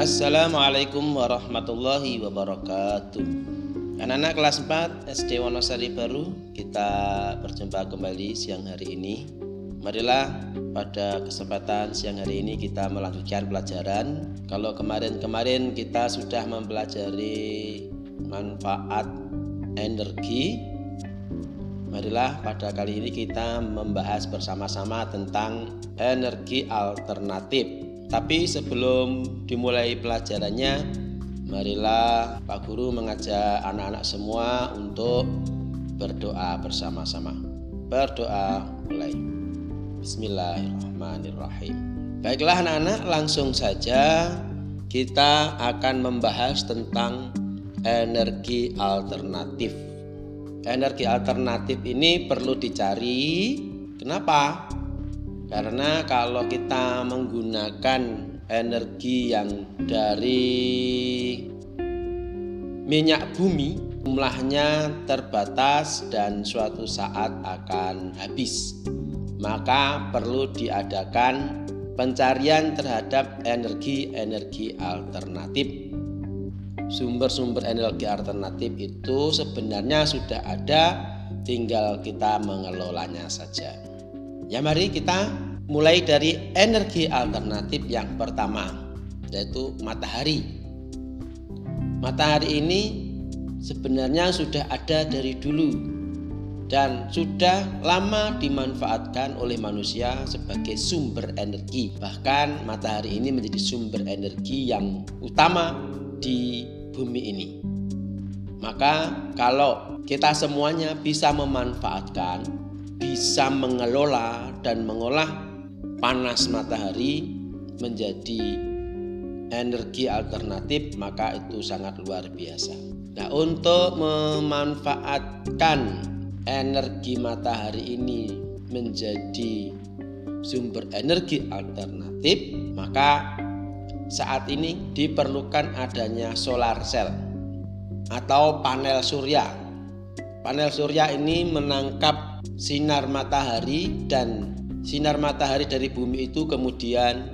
Assalamualaikum warahmatullahi wabarakatuh. Anak-anak kelas 4 SD Wonosari Baru, kita berjumpa kembali siang hari ini. Marilah pada kesempatan siang hari ini kita melanjutkan pelajaran. Kalau kemarin kita sudah mempelajari manfaat energi, marilah pada kali ini kita membahas bersama-sama tentang energi alternatif. Tapi sebelum dimulai pelajarannya, marilah Pak Guru mengajak anak-anak semua untuk berdoa bersama-sama. Berdoa mulai. Bismillahirrahmanirrahim. Baiklah anak-anak, langsung saja kita akan membahas tentang energi alternatif. Energi alternatif ini perlu dicari. Kenapa? Karena kalau kita menggunakan energi yang dari minyak bumi, jumlahnya terbatas dan suatu saat akan habis. Maka perlu diadakan pencarian terhadap energi-energi alternatif. Sumber-sumber energi alternatif itu sebenarnya sudah ada, tinggal kita mengelolanya saja. Ya, mari kita mulai dari energi alternatif yang pertama, yaitu matahari. Matahari ini sebenarnya sudah ada dari dulu dan sudah lama dimanfaatkan oleh manusia sebagai sumber energi. Bahkan matahari ini menjadi sumber energi yang utama di bumi ini. Maka kalau kita semuanya bisa memanfaatkan, bisa mengelola dan mengolah panas matahari menjadi energi alternatif, maka itu sangat luar biasa. Nah, untuk memanfaatkan energi matahari ini menjadi sumber energi alternatif, maka saat ini diperlukan adanya solar cell atau panel surya. Panel surya ini menangkap sinar matahari, dan sinar matahari dari bumi itu kemudian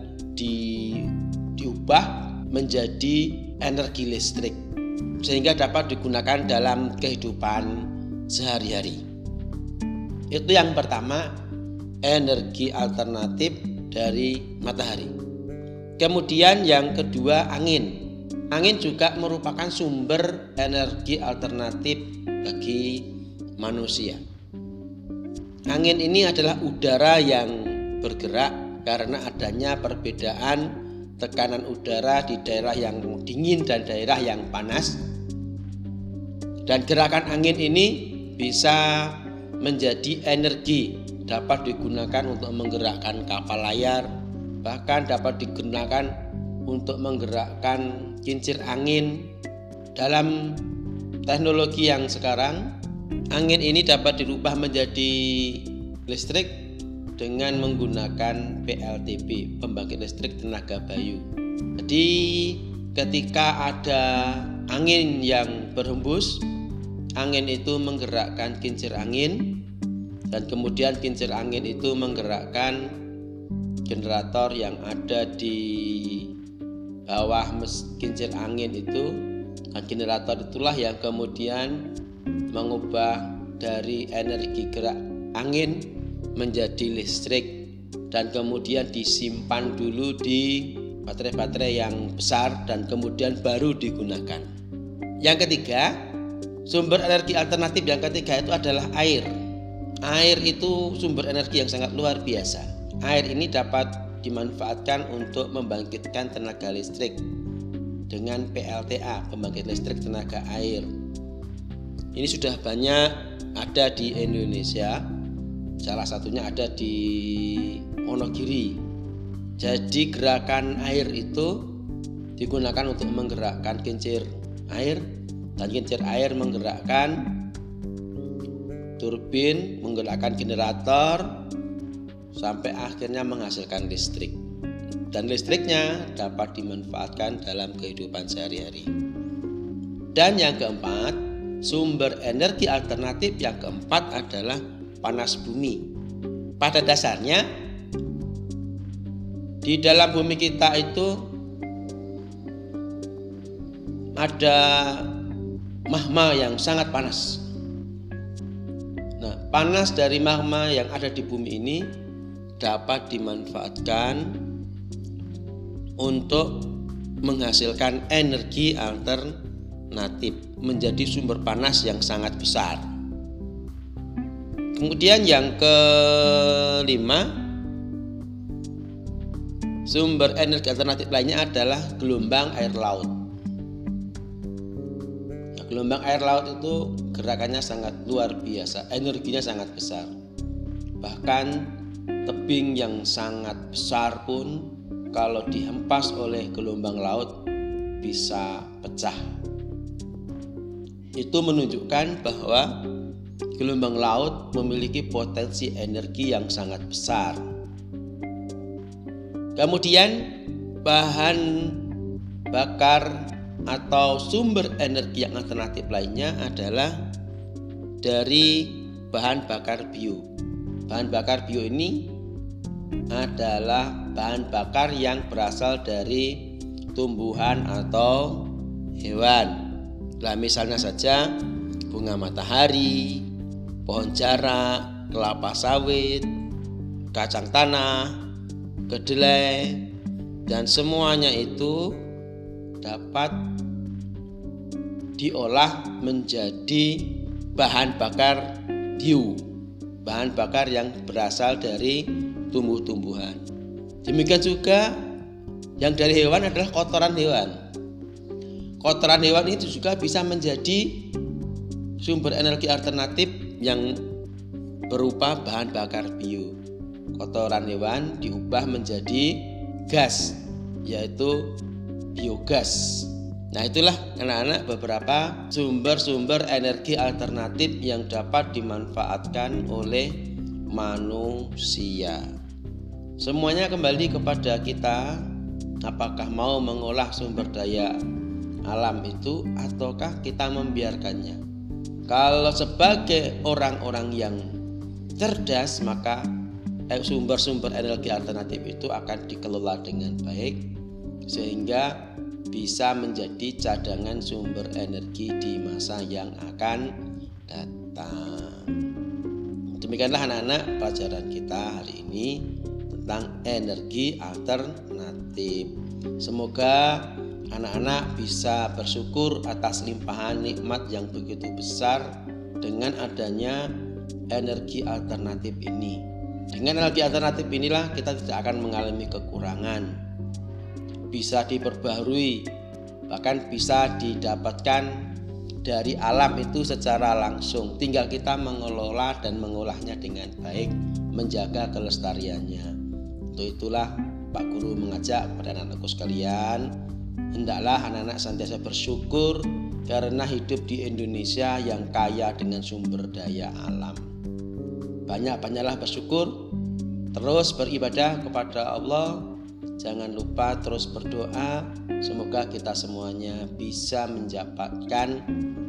diubah menjadi energi listrik sehingga dapat digunakan dalam kehidupan sehari-hari. Itu yang pertama, energi alternatif dari matahari. Kemudian yang kedua, angin. Angin juga merupakan sumber energi alternatif bagi manusia. Angin ini adalah udara yang bergerak karena adanya perbedaan tekanan udara di daerah yang dingin dan daerah yang panas. Dan gerakan angin ini bisa menjadi energi, dapat digunakan untuk menggerakkan kapal layar, bahkan dapat digunakan untuk menggerakkan kincir angin. Dalam teknologi yang sekarang, angin ini dapat dirubah menjadi listrik dengan menggunakan PLTB, pembangkit listrik tenaga bayu. Jadi ketika ada angin yang berhembus, angin itu menggerakkan kincir angin, dan kemudian kincir angin itu menggerakkan generator yang ada di bawah kincir angin itu, dan generator itulah yang kemudian mengubah dari energi gerak angin menjadi listrik, dan kemudian disimpan dulu di baterai-baterai yang besar dan kemudian baru digunakan. Yang ketiga, sumber energi alternatif yang ketiga itu adalah air. Air itu sumber energi yang sangat luar biasa. Air ini dapat dimanfaatkan untuk membangkitkan tenaga listrik dengan PLTA, pembangkit listrik tenaga air. Ini sudah banyak ada di Indonesia, salah satunya ada di Wonogiri. Jadi gerakan air itu digunakan untuk menggerakkan kincir air, dan kincir air menggerakkan turbin, menggerakkan generator sampai akhirnya menghasilkan listrik. Dan listriknya dapat dimanfaatkan dalam kehidupan sehari-hari. Dan yang keempat, sumber energi alternatif yang keempat adalah panas bumi. Pada dasarnya di dalam bumi kita itu ada magma yang sangat panas. Nah, panas dari magma yang ada di bumi ini dapat dimanfaatkan untuk menghasilkan energi alternatif menjadi sumber panas yang sangat besar. Kemudian yang kelima, sumber energi alternatif lainnya adalah gelombang air laut. Nah, gelombang air laut itu gerakannya sangat luar biasa, energinya sangat besar. Bahkan tebing yang sangat besar pun kalau dihempas oleh gelombang laut bisa pecah. Itu menunjukkan bahwa gelombang laut memiliki potensi energi yang sangat besar. Kemudian bahan bakar atau sumber energi yang alternatif lainnya adalah dari bahan bakar bio. Bahan bakar bio ini adalah bahan bakar yang berasal dari tumbuhan atau hewan. Nah, misalnya saja bunga matahari, pohon jarak, kelapa sawit, kacang tanah, kedelai, dan semuanya itu dapat diolah menjadi bahan bakar bio, bahan bakar yang berasal dari tumbuh-tumbuhan. Demikian juga yang dari hewan adalah kotoran hewan. Kotoran hewan itu juga bisa menjadi sumber energi alternatif yang berupa bahan bakar bio. Kotoran hewan diubah menjadi gas, yaitu biogas. Nah, itulah anak-anak beberapa sumber-sumber energi alternatif yang dapat dimanfaatkan oleh manusia. Semuanya kembali kepada kita, apakah mau mengolah sumber daya alam itu ataukah kita membiarkannya. Kalau sebagai orang-orang yang cerdas, maka sumber-sumber energi alternatif itu akan dikelola dengan baik sehingga bisa menjadi cadangan sumber energi di masa yang akan datang. Demikianlah anak-anak pelajaran kita hari ini tentang energi alternatif. Semoga anak-anak bisa bersyukur atas limpahan nikmat yang begitu besar dengan adanya energi alternatif ini. Dengan energi alternatif inilah kita tidak akan mengalami kekurangan, bisa diperbaharui, bahkan bisa didapatkan dari alam itu secara langsung. Tinggal kita mengelola dan mengolahnya dengan baik, menjaga kelestariannya. Untuk itulah Pak Guru mengajak kepada anak-anakku sekalian, hendaklah anak-anak senantiasa bersyukur karena hidup di Indonesia yang kaya dengan sumber daya alam. Banyak-banyaklah bersyukur, terus beribadah kepada Allah. Jangan lupa terus berdoa, semoga kita semuanya bisa mendapatkan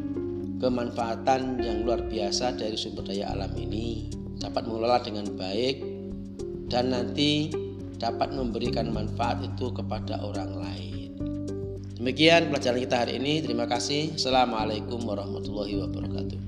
kemanfaatan yang luar biasa dari sumber daya alam ini, dapat mengelola dengan baik dan nanti dapat memberikan manfaat itu kepada orang lain. Demikian pelajaran kita hari ini. Terima kasih. Assalamualaikum warahmatullahi wabarakatuh.